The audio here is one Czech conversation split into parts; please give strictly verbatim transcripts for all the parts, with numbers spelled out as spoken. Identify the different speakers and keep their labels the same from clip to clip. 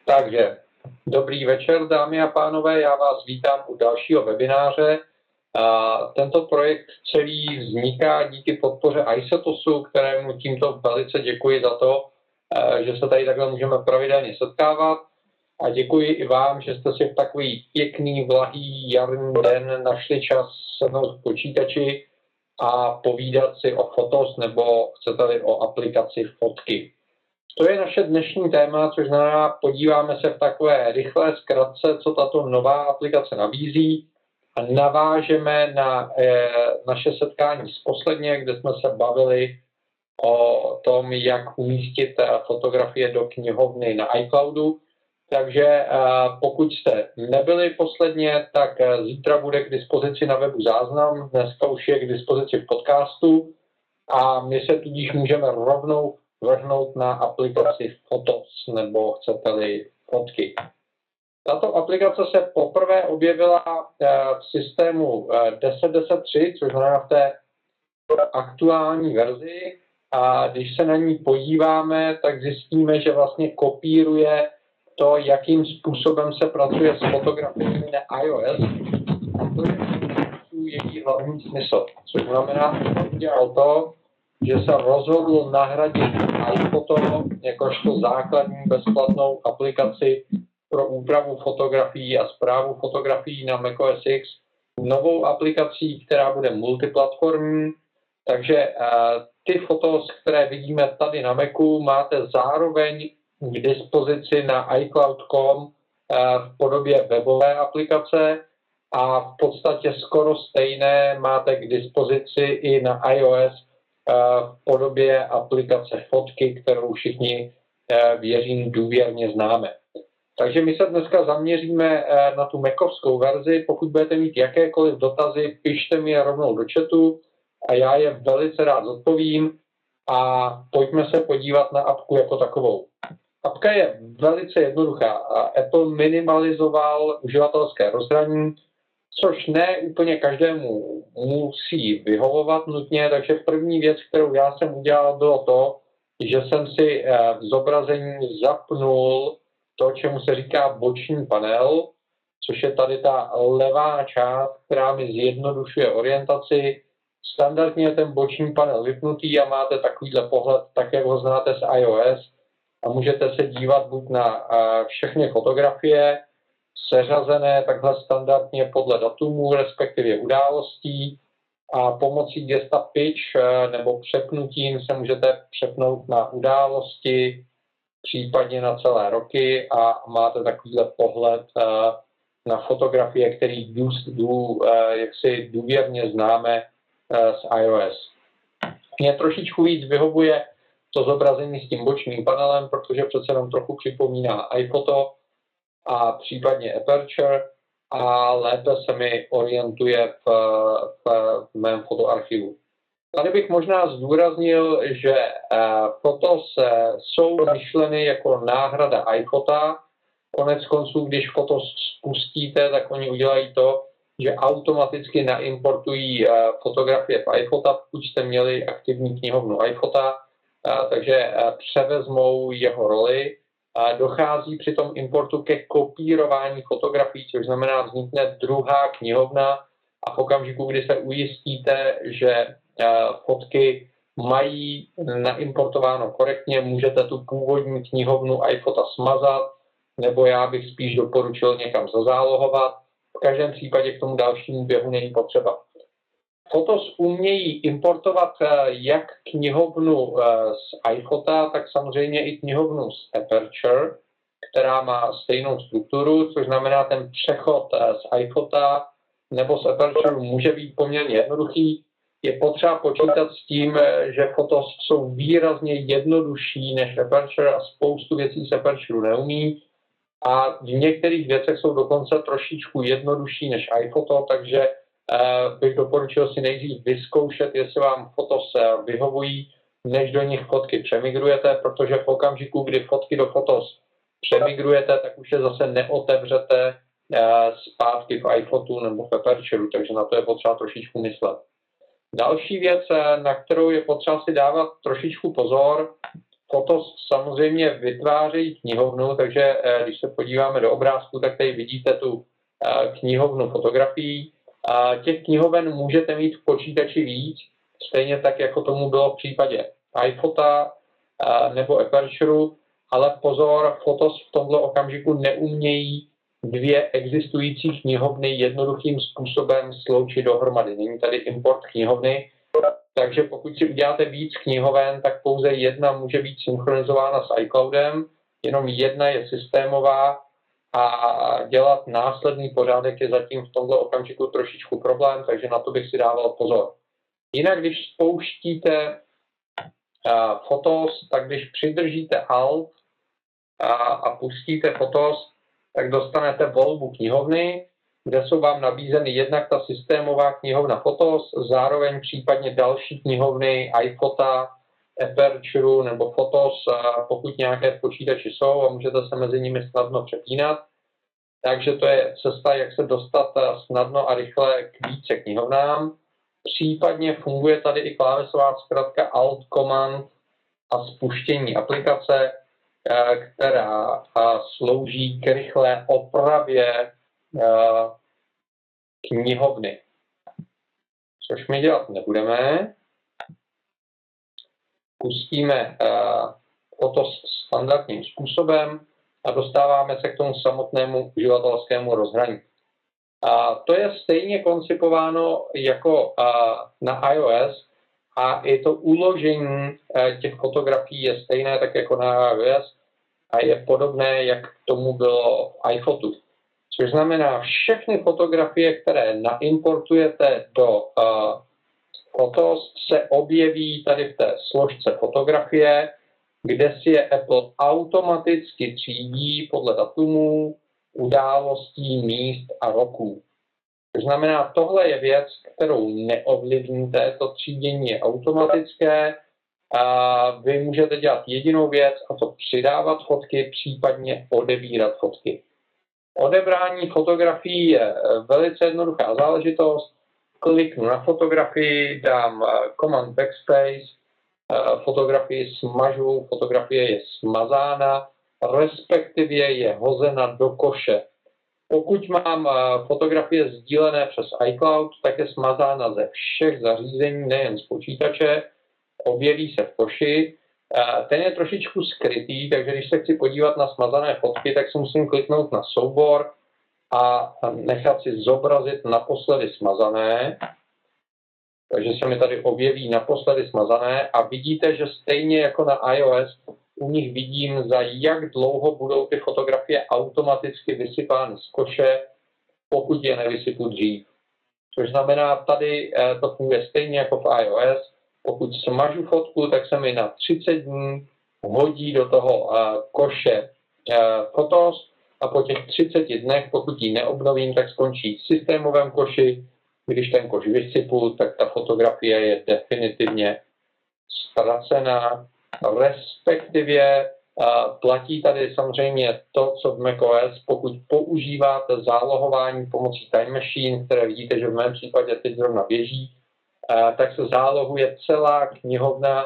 Speaker 1: Takže dobrý večer, dámy a pánové, já vás vítám u dalšího webináře. A tento projekt celý vzniká díky podpoře iSetosu, kterému tímto velice děkuji za to, že se tady takhle můžeme pravidelně setkávat. A děkuji i vám, že jste si v takový pěkný, vlahý, jarní den našli čas sednout k počítači a povídat si o Fotos, nebo chcete-li o aplikaci Fotky. To je naše dnešní téma, což znamená, podíváme se v takové rychlé zkratce, co tato nová aplikace nabízí, a navážeme na e, naše setkání z posledně, kde jsme se bavili o tom, jak umístit fotografie do knihovny na iCloudu. Takže e, pokud jste nebyli posledně, tak zítra bude k dispozici na webu záznam, dneska už je k dispozici v podcastu a my se tudíž můžeme rovnou vrhnout na aplikaci Fotos, nebo chcete-li Fotky. Tato aplikace se poprvé objevila v systému deset deset tři, což znamená v té aktuální verzi, a když se na ní podíváme, tak zjistíme, že vlastně kopíruje to, jakým způsobem se pracuje s fotografiemi na iOS. A to je její hlavní smysl. Což znamená, že udělal to, že se rozhodl nahradit iPhoto jakožto základní bezplatnou aplikaci pro úpravu fotografií a správu fotografií na macOS X novou aplikací, která bude multiplatformní. Takže ty fotos, které vidíme tady na Macu, máte zároveň k dispozici na iCloud tečka com v podobě webové aplikace a v podstatě skoro stejné máte k dispozici i na iOS v podobě aplikace Fotky, kterou všichni, věřím, důvěrně známe. Takže my se dneska zaměříme na tu macovskou verzi. Pokud budete mít jakékoliv dotazy, pište mi je rovnou do chatu a já je velice rád zodpovím. A pojďme se podívat na apku jako takovou. Apka je velice jednoduchá. Apple minimalizoval uživatelské rozhraní, což ne úplně každému musí vyhovovat nutně, takže první věc, kterou já jsem udělal, bylo to, že jsem si v zobrazení zapnul to, čemu se říká boční panel, což je tady ta levá část, která mi zjednodušuje orientaci. Standardně je ten boční panel vypnutý a máte takovýhle pohled, tak jak ho znáte z iOS, a můžete se dívat buď na všechny fotografie, seřazené takhle standardně podle datumů, respektive událostí, a pomocí gesta pitch nebo přepnutím se můžete přepnout na události, případně na celé roky, a máte takovýhle pohled na fotografie, který dů, dů, jaksi důvěrně známe z iOS. Mě trošičku víc vyhovuje to zobrazení s tím bočním panelem, protože přece jenom trochu připomíná iPhoto a případně Aperture a lépe se mi orientuje v, v, v mém fotoarchivu. Tady bych možná zdůraznil, že Fotos jsou myšleny jako náhrada iPhota. Konec konců, když Fotos spustíte, tak oni udělají to, že automaticky naimportují fotografie v iPhota, pokud jste měli aktivní knihovnu iPhota, takže převezmou jeho roli. Dochází při tom importu ke kopírování fotografií, což znamená, vznikne druhá knihovna, a v okamžiku, kdy se ujistíte, že fotky mají naimportováno korektně, můžete tu původní knihovnu iPhota smazat, nebo já bych spíš doporučil někam zazálohovat. V každém případě k tomu dalšímu běhu není potřeba. Fotos umějí importovat jak knihovnu z iPhota, tak samozřejmě i knihovnu z Aperture, která má stejnou strukturu, což znamená, ten přechod z iPhota nebo z Aperture může být poměrně jednoduchý. Je potřeba počítat s tím, že Fotos jsou výrazně jednodušší než Aperture a spoustu věcí z Aperture neumí. A v některých věcech jsou dokonce trošičku jednodušší než iPhoto, takže bych doporučil si nejdřív vyzkoušet, jestli vám Fotos vyhovují, než do nich fotky přemigrujete, protože v okamžiku, kdy fotky do Fotos přemigrujete, tak už je zase neotevřete zpátky v iPhotu nebo v Aperture, takže na to je potřeba trošičku myslet. Další věc, na kterou je potřeba si dávat trošičku pozor, Fotos samozřejmě vytvářejí knihovnu, takže když se podíváme do obrázku, tak tady vidíte tu knihovnu fotografií. Těch knihoven můžete mít v počítači víc, stejně tak, jako tomu bylo v případě iPhota nebo Aperture, ale pozor, Fotos v tomto okamžiku neumějí dvě existující knihovny jednoduchým způsobem sloučit dohromady. Není tady import knihovny, takže pokud si uděláte víc knihoven, tak pouze jedna může být synchronizována s iCloudem, jenom jedna je systémová a dělat následný pořádek je zatím v tomto okamžiku trošičku problém, takže na to bych si dával pozor. Jinak, když spouštíte Fotos, tak když přidržíte Alt a, a pustíte Fotos, tak dostanete volbu knihovny, kde jsou vám nabízeny jednak ta systémová knihovna Fotos, zároveň případně další knihovny iPhota, Aperture nebo Fotos, pokud nějaké v počítači jsou a můžete se mezi nimi snadno přepínat. Takže to je cesta, jak se dostat snadno a rychle k více knihovnám. Případně funguje tady i klávesová zkratka Alt Command a spuštění aplikace, která slouží k rychlé opravě knihovny. Což my dělat nebudeme. Pustíme Fotos standardním způsobem a dostáváme se k tomu samotnému uživatelskému rozhraní. A to je stejně koncipováno jako na iOS a i to uložení těch fotografií je stejné tak jako na iOS a je podobné, jak tomu bylo v iPhotu. Což znamená, všechny fotografie, které naimportujete do uh, Fotos, se objeví tady v té složce fotografie, kde si je Apple automaticky třídí podle datumů, událostí, míst a roků. To znamená, tohle je věc, kterou neovlivníte, to třídění je automatické a vy můžete dělat jedinou věc, a to přidávat fotky, případně odebírat fotky. Odebrání fotografií je velice jednoduchá záležitost. Kliknu na fotografii, dám Command Backspace, fotografii smažu, fotografie je smazána, respektive je hozena do koše. Pokud mám fotografie sdílené přes iCloud, tak je smazána ze všech zařízení, nejen z počítače, objeví se v koši. Ten je trošičku skrytý, takže když se chci podívat na smazané fotky, tak si musím kliknout na soubor a nechat si zobrazit naposledy smazané. Takže se mi tady objeví naposledy smazané a vidíte, že stejně jako na iOS u nich vidím, za jak dlouho budou ty fotografie automaticky vysypány z koše, pokud je nevysypu dřív. Což znamená, tady to funguje stejně jako v iOS. Pokud smažu fotku, tak se mi na třicet dní hodí do toho koše Fotos a po těch třiceti dnech, pokud ji neobnovím, tak skončí v systémovém koši. Když ten koš vysypu, tak ta fotografie je definitivně ztracená. Respektive platí tady samozřejmě to, co v macOS, pokud používáte zálohování pomocí Time Machine, které vidíte, že v mém případě teď zrovna běží, tak se zálohuje celá knihovna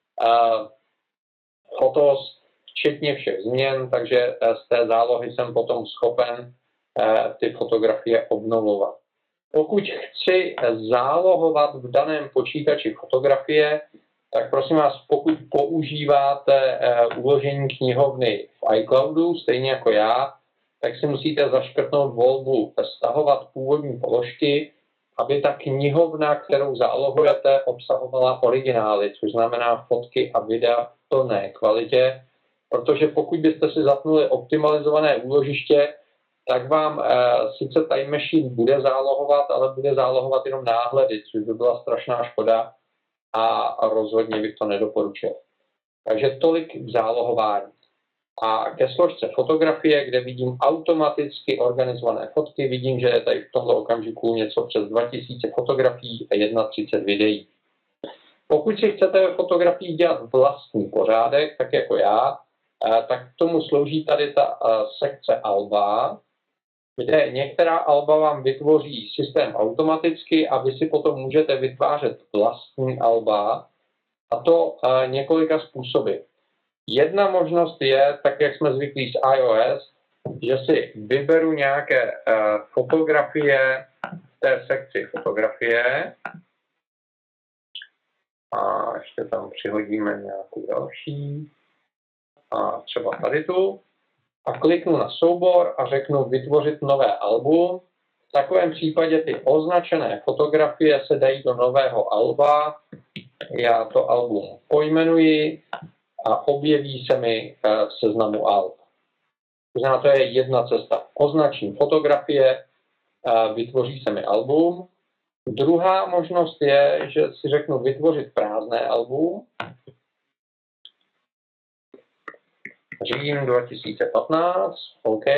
Speaker 1: Fotos, včetně všech změn, takže z té zálohy jsem potom schopen ty fotografie obnovovat. Pokud chci zálohovat v daném počítači fotografie, tak prosím vás, pokud používáte uložení knihovny v iCloudu, stejně jako já, tak si musíte zaškrtnout volbu stahovat původní položky, aby ta knihovna, kterou zálohujete, obsahovala originály, což znamená fotky a videa v plné kvalitě, protože pokud byste si zapnuli optimalizované úložiště, tak vám e, sice Time Machine bude zálohovat, ale bude zálohovat jenom náhledy, což by byla strašná škoda a rozhodně bych to nedoporučil. Takže tolik k zálohování. A ke složce fotografie, kde vidím automaticky organizované fotky, vidím, že je tady v tomto okamžiku něco přes dva tisíce fotografií a třicet jedna videí. Pokud si chcete ve fotografii dělat vlastní pořádek, tak jako já, tak k tomu slouží tady ta sekce alba, kde některá alba vám vytvoří systém automaticky a vy si potom můžete vytvářet vlastní alba, a to několika způsoby. Jedna možnost je, tak jak jsme zvyklí z iOS, že si vyberu nějaké uh, fotografie v té sekci fotografie a ještě tam přihodíme nějakou další a třeba tady tu a kliknu na soubor a řeknu vytvořit nové album. V takovém případě ty označené fotografie se dají do nového alba. Já to album pojmenuji a objeví se mi v seznamu alb. To znamená, to je jedna cesta. Označím fotografie, vytvoří se mi album. Druhá možnost je, že si řeknu vytvořit prázdné album. Říjen dva tisíce patnáct, OK.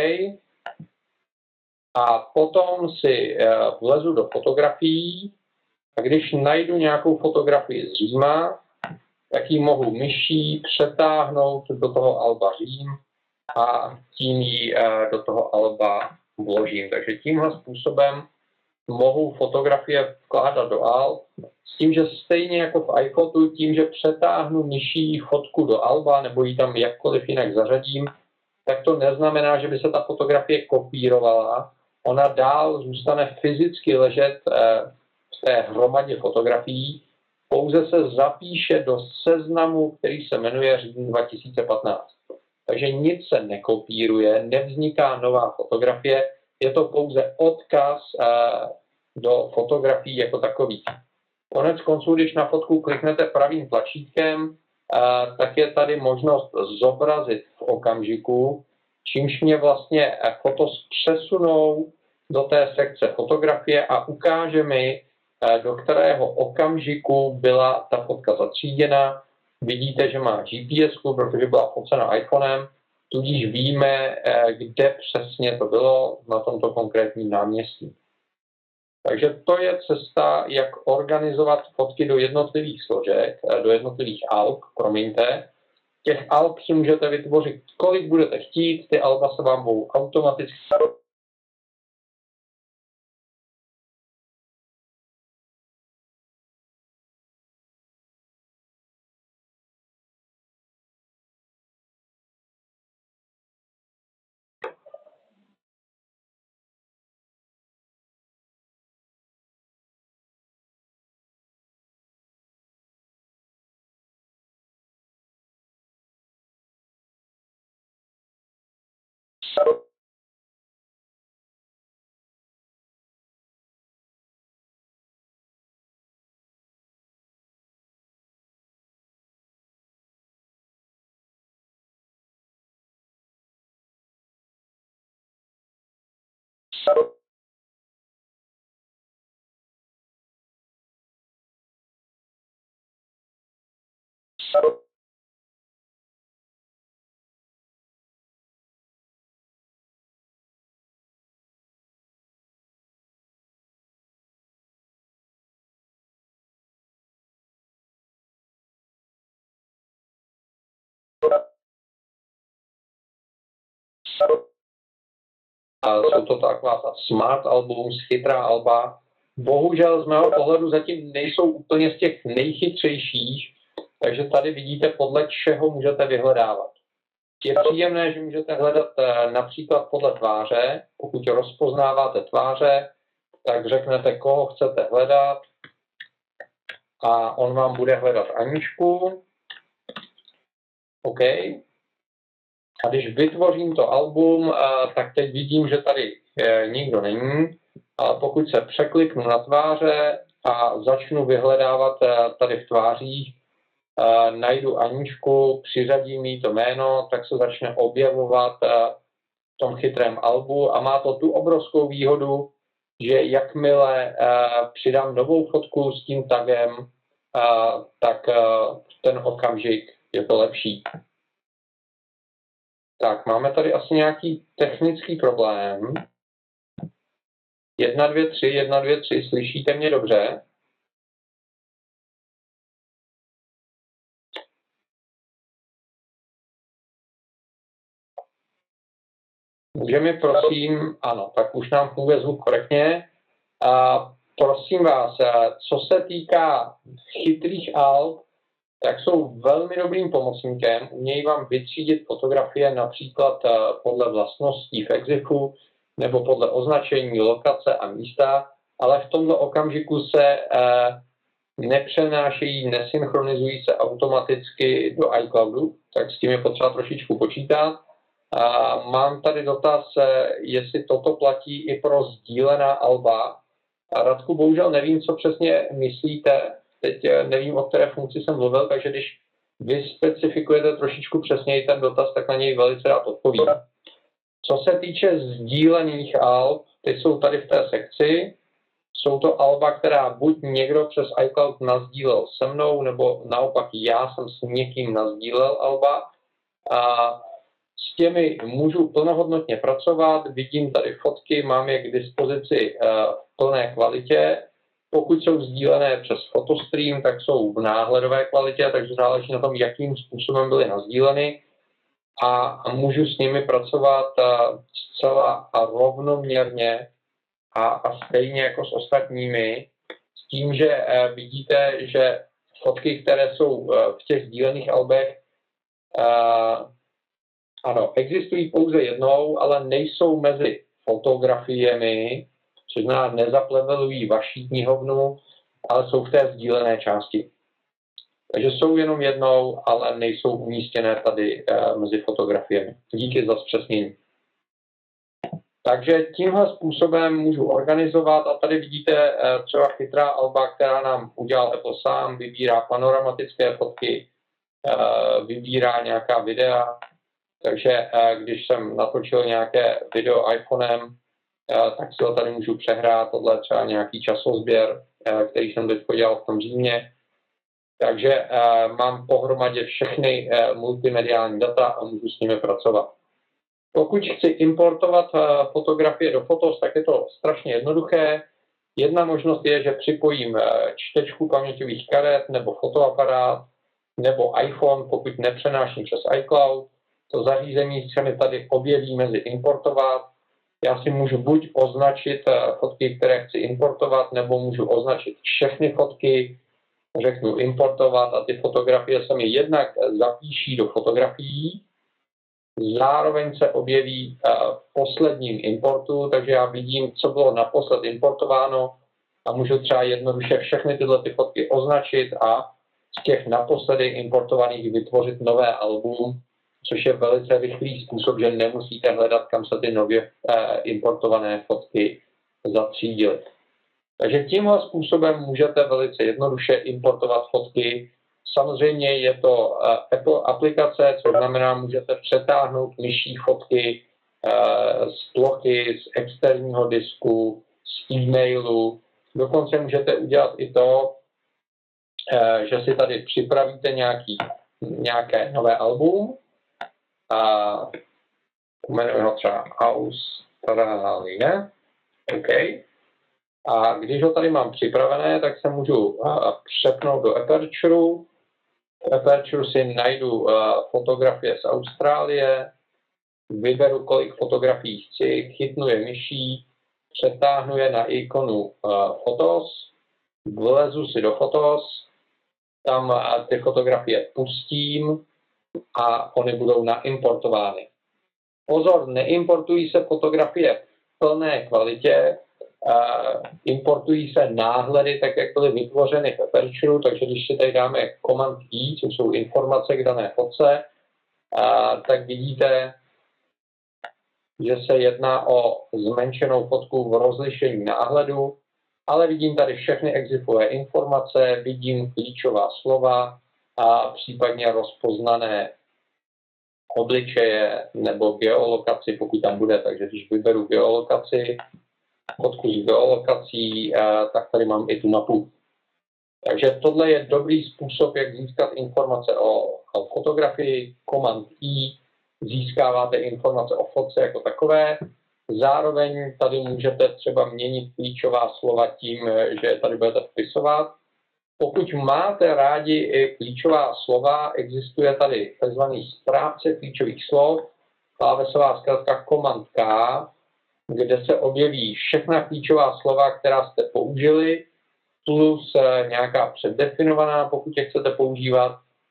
Speaker 1: A potom si vlezu do fotografií a když najdu nějakou fotografii z Říma, tak ji mohu myší přetáhnout do toho alba Řím a tím ji do toho alba vložím. Takže tímhle způsobem mohu fotografie vkládat do alb s tím, že stejně jako v iPhotu, tím, že přetáhnu myší fotku do alba nebo ji tam jakkoliv jinak zařadím, tak to neznamená, že by se ta fotografie kopírovala. Ona dál zůstane fyzicky ležet v té hromadě fotografií, pouze se zapíše do seznamu, který se jmenuje Říjen dva tisíce patnáct. Takže nic se nekopíruje, nevzniká nová fotografie, je to pouze odkaz do fotografií jako takových. Konec konců, když na fotku kliknete pravým tlačítkem, tak je tady možnost zobrazit v okamžiku, čímž mě vlastně fotos přesunou do té sekce fotografie a ukáže mi, do kterého okamžiku byla ta fotka zatříděna. Vidíte, že má G P S, protože byla focena iPhonem, tudíž víme, kde přesně to bylo na tomto konkrétním náměstí. Takže to je cesta, jak organizovat fotky do jednotlivých složek, do jednotlivých alb, promiňte. Těch alb si můžete vytvořit, kolik budete chtít, ty alba se vám budou automaticky a jsou to taková ta smart albums, chytrá alba. Bohužel z mého pohledu zatím nejsou úplně z těch nejchytřejších, takže tady vidíte, podle čeho můžete vyhledávat. Je příjemné, že můžete hledat například podle tváře. Pokud rozpoznáváte tváře, tak řeknete, koho chcete hledat a on vám bude hledat Aničku. OK. A když vytvořím to album, tak teď vidím, že tady nikdo není. Ale pokud se překliknu na tváře a začnu vyhledávat tady v tvářích, najdu Aničku, přiřadím jí to jméno, tak se začne objevovat v tom chytrém albu a má to tu obrovskou výhodu, že jakmile přidám novou fotku s tím tagem, tak v ten okamžik je to lepší. Tak, máme tady asi nějaký technický problém. Jedna, dvě, tři, jedna, dvě, tři, slyšíte mě dobře? Může mi prosím, ano, tak už nám funguje zvuk korektně. A prosím vás, co se týká chytrých alb, tak jsou velmi dobrým pomocníkem. Umějí vám vytřídit fotografie například podle vlastností v EXIFu nebo podle označení lokace a místa, ale v tomto okamžiku se nepřenášejí, nesynchronizují se automaticky do iCloudu, tak s tím je potřeba trošičku počítat. A mám tady dotaz, jestli toto platí i pro sdílená alba. A Radku, bohužel nevím, co přesně myslíte. Teď nevím, o které funkci jsem mluvil, takže když vy specifikujete trošičku přesněji ten dotaz, tak na něj velice rád odpovím. Co se týče sdílených alb, ty jsou tady v té sekci. Jsou to alba, která buď někdo přes iCloud nasdílel se mnou, nebo naopak já jsem s někým nasdílel alba. A s těmi můžu plnohodnotně pracovat, vidím tady fotky, mám je k dispozici v plné kvalitě. Pokud jsou sdílené přes Photostream, tak jsou v náhledové kvalitě, takže záleží na tom, jakým způsobem byly nasdíleny. A můžu s nimi pracovat zcela a rovnoměrně a, a stejně jako s ostatními, s tím, že vidíte, že fotky, které jsou v těch sdílených albech, ano, existují pouze jednou, ale nejsou mezi fotografiemi, což znamená nezaplevelují vaší knihovnu, ale jsou v té sdílené části. Takže jsou jenom jednou, ale nejsou umístěné tady uh, mezi fotografiemi. Díky za zpřesnění. Takže tímhle způsobem můžu organizovat a tady vidíte uh, třeba chytrá alba, která nám udělal Apple sám, vybírá panoramatické fotky, uh, vybírá nějaká videa. Takže uh, když jsem natočil nějaké video iPhonem, uh, tak si ho tady můžu přehrát, tohle třeba nějaký časozběr, uh, který jsem teď dělal v tom Římě. Takže uh, mám pohromadě všechny uh, multimediální data a můžu s nimi pracovat. Pokud chci importovat uh, fotografie do Fotos, tak je to strašně jednoduché. Jedna možnost je, že připojím uh, čtečku paměťových karet nebo fotoaparát nebo iPhone, pokud nepřenáším přes iCloud. To zařízení se mi tady objeví mezi importovat. Já si můžu buď označit uh, fotky, které chci importovat, nebo můžu označit všechny fotky, řeknu importovat a ty fotografie se mi jednak zapíší do fotografií, zároveň se objeví v posledním importu, takže já vidím, co bylo naposled importováno a můžu třeba jednoduše všechny tyhle ty fotky označit a z těch naposledy importovaných vytvořit nové album, což je velice rychlý způsob, že nemusíte hledat, kam se ty nově importované fotky zatřídily. Takže tímhle způsobem můžete velice jednoduše importovat fotky. Samozřejmě je to Apple aplikace, což znamená, můžete přetáhnout myší fotky z plochy, z externího disku, z e-mailu. Dokonce můžete udělat i to, že si tady připravíte nějaký, nějaké nové album. A jmenuje ho třeba Australie. OK. A když ho tady mám připravené, tak se můžu uh, přepnout do Aperture. V Aperture si najdu uh, fotografie z Austrálie, vyberu, kolik fotografií chci, chytnu je myší, přetáhnu je na ikonu uh, Fotos, vlezu si do Fotos, tam uh, ty fotografie pustím a oni budou naimportovány. Pozor, neimportují se fotografie v plné kvalitě, Uh, importují se náhledy, tak jak byly vytvořeny v Aperture, takže když si tady dáme Command I, což jsou informace k dané fotce, uh, tak vidíte, že se jedná o zmenšenou fotku v rozlišení náhledu, ale vidím tady všechny exifové informace, vidím klíčová slova a případně rozpoznané obličeje nebo geolokaci, pokud tam bude, takže když vyberu geolokaci, fotku z geolokací, tak tady mám i tu mapu. Takže tohle je dobrý způsob, jak získat informace o, o fotografii. Command I, získáváte informace o fotce jako takové. Zároveň tady můžete třeba měnit klíčová slova tím, že tady budete vpisovat. Pokud máte rádi i klíčová slova, existuje tady tzv. Správce klíčových slov, klávesová zkratka Command K, kde se objeví všechna klíčová slova, která jste použili, plus nějaká předdefinovaná, pokud je chcete používat.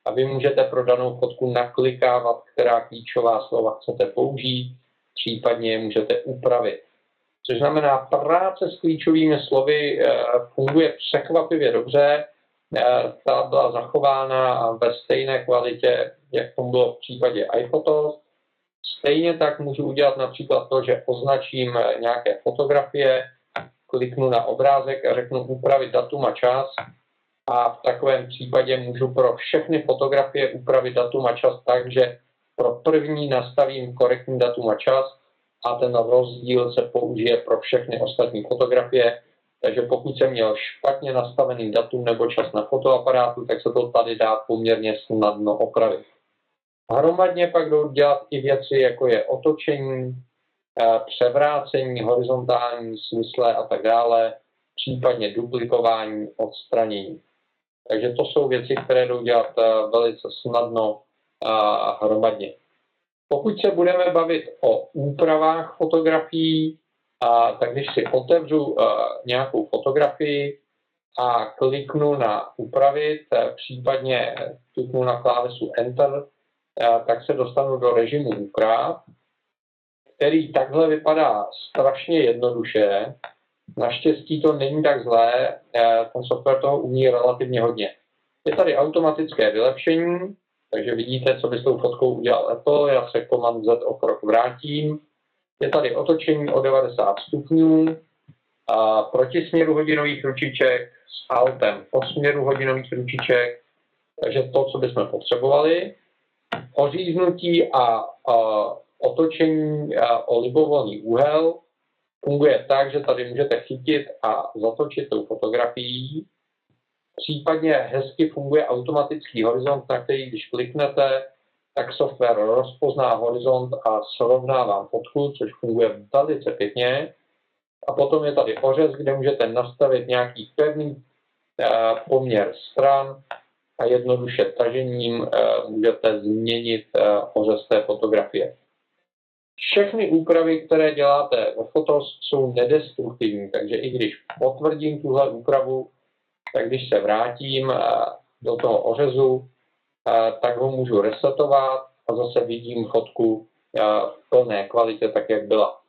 Speaker 1: a vy můžete pro danou fotku naklikávat, která klíčová slova chcete použít, případně je můžete upravit. Což znamená, práce s klíčovými slovy funguje překvapivě dobře. Ta byla zachována ve stejné kvalitě, jak tomu bylo v případě iPhotos. Stejně tak můžu udělat například to, že označím nějaké fotografie, kliknu na obrázek a řeknu upravit datum a čas. A v takovém případě můžu pro všechny fotografie upravit datum a čas tak, že pro první nastavím korektní datum a čas a ten rozdíl se použije pro všechny ostatní fotografie. Takže pokud jsem měl špatně nastavený datum nebo čas na fotoaparátu, tak se to tady dá poměrně snadno opravit. Hromadně pak jdou dělat i věci, jako je otočení, převrácení, horizontální, svislé a tak dále, případně duplikování, odstranění. Takže to jsou věci, které jdou dělat velice snadno a hromadně. Pokud se budeme bavit o úpravách fotografií, a, tak když si otevřu a, nějakou fotografii a kliknu na upravit, a, případně kliknu na klávesu Enter, a, tak se dostanu do režimu úprav, který takhle vypadá strašně jednoduše. Naštěstí to není tak zlé, a, ten software toho umí relativně hodně. Je tady automatické vylepšení, takže vidíte, co by s tou fotkou udělal Apple. Já se Command Z o krok vrátím. Je tady otočení o devadesát stupňů, a proti směru hodinových ručiček s altem po směru hodinových ručiček, takže to, co bychom potřebovali. Oříznutí a, a otočení a o libovolný úhel funguje tak, že tady můžete chytit a zatočit tou fotografií. Případně hezky funguje automatický horizont, na který, když kliknete, tak software rozpozná horizont a srovná vám fotku, což funguje velice pěkně. A potom je tady ořez, kde můžete nastavit nějaký pevný eh, poměr stran a jednoduše tažením eh, můžete změnit eh, ořez té fotografie. Všechny úpravy, které děláte ve Fotos, jsou nedestruktivní, takže i když potvrdím tuhle úpravu, tak když se vrátím do toho ořezu, tak ho můžu resetovat a zase vidím fotku v plné kvalitě, tak jak byla.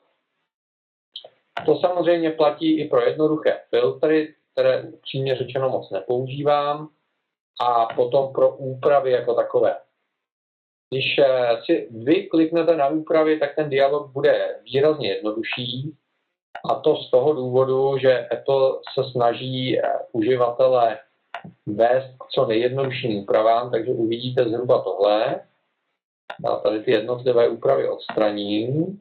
Speaker 1: To samozřejmě platí i pro jednoduché filtry, které upřímně řečeno moc nepoužívám, a potom pro úpravy jako takové. Když si vy kliknete na úpravy, tak ten dialog bude výrazně jednodušší. A to z toho důvodu, že Apple se snaží uživatele vést k co nejjednodušším úpravám, takže uvidíte zhruba tohle. Já tady ty jednotlivé úpravy odstraním.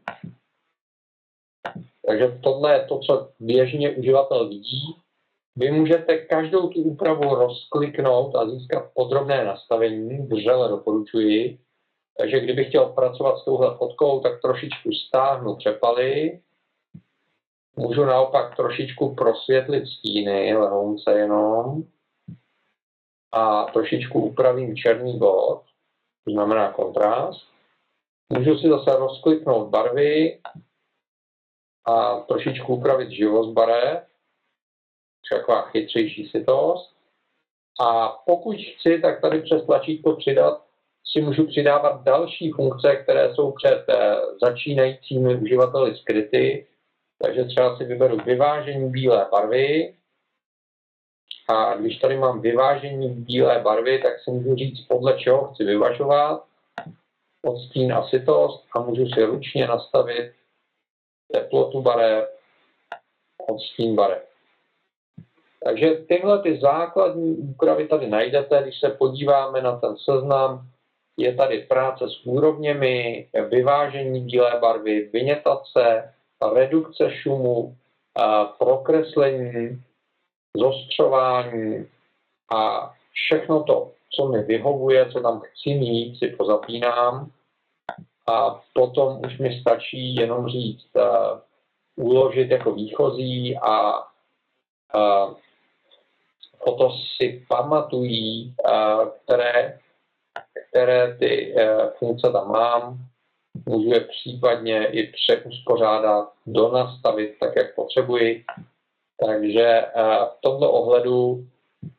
Speaker 1: Takže tohle je to, co běžně uživatel vidí. Vy můžete každou tu úpravu rozkliknout a získat podrobné nastavení, vřele doporučuji. Takže kdybych chtěl pracovat s touhle fotkou, tak trošičku stáhnu přepaly. Můžu naopak trošičku prosvětlit stíny, lehonce jenom. A trošičku upravím černý bod, to znamená kontrast. Můžu si zase rozkliknout barvy a trošičku upravit živost barev, taková chytřejší sitost. A pokud chci, tak tady přes tlačítko přidat si můžu přidávat další funkce, které jsou před začínajícími uživateli skryty. Takže třeba si vyberu vyvážení bílé barvy. A když tady mám vyvážení bílé barvy, tak si můžu říct, podle čeho chci vyvažovat. Odstín a sytost a můžu si ručně nastavit teplotu barev, odstín barev. Takže tyhle ty základní úpravy tady najdete, když se podíváme na ten seznam. Je tady práce s úrovněmi, vyvážení bílé barvy, vynětace, redukce šumu, prokreslení, zostřování a všechno to, co mi vyhovuje, co tam chci mít, si pozapínám a potom už mi stačí jenom říct, uh, uložit jako výchozí a uh, foto si pamatují, uh, které, které ty uh, funkce tam mám. Můžu je případně i přeuspořádat, donastavit tak, jak potřebuji. Takže v tomto ohledu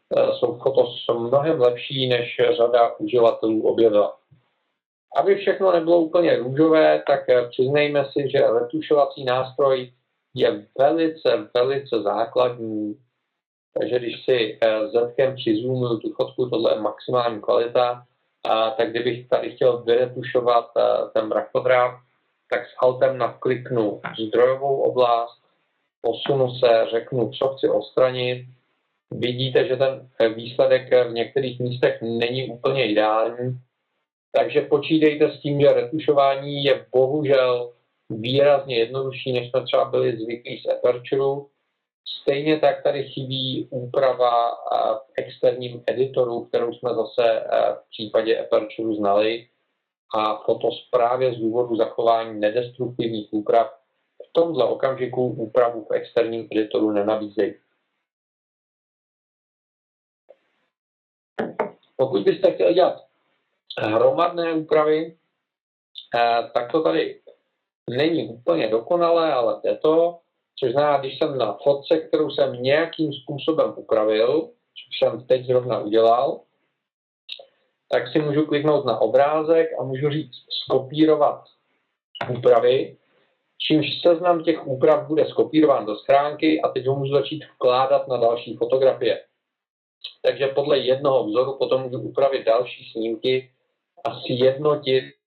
Speaker 1: jsou fotos mnohem lepší, než řada uživatelů objevila. Aby všechno nebylo úplně růžové, tak přiznejme si, že retušovací nástroj je velice, velice základní. Takže když si zetkem přizoomuju tu fotku, tohle je maximální kvalita, a tak kdybych tady chtěl vyretušovat ten mrakodrap, tak s altem nakliknu zdrojovou oblast, posunu se, řeknu, co chci odstranit. Vidíte, že ten výsledek v některých místech není úplně ideální, takže počítejte s tím, že retušování je bohužel výrazně jednodušší, než jsme třeba byli zvyklí z Aperture. Stejně tak tady chybí úprava v externím editoru, kterou jsme zase v případě Aperture znali, a Fotos právě z důvodu zachování nedestruktivních úprav v tomhle okamžiku úpravu v externím editoru nenabízejí. Pokud byste chtěli dělat hromadné úpravy, tak to tady není úplně dokonalé, ale jde to. Což znamená, když jsem na fotce, kterou jsem nějakým způsobem upravil, což jsem teď zrovna udělal, tak si můžu kliknout na obrázek a můžu říct skopírovat úpravy, čímž seznam těch úprav bude skopírován do schránky a teď ho můžu začít vkládat na další fotografie. Takže podle jednoho vzoru potom můžu upravit další snímky a sjednotit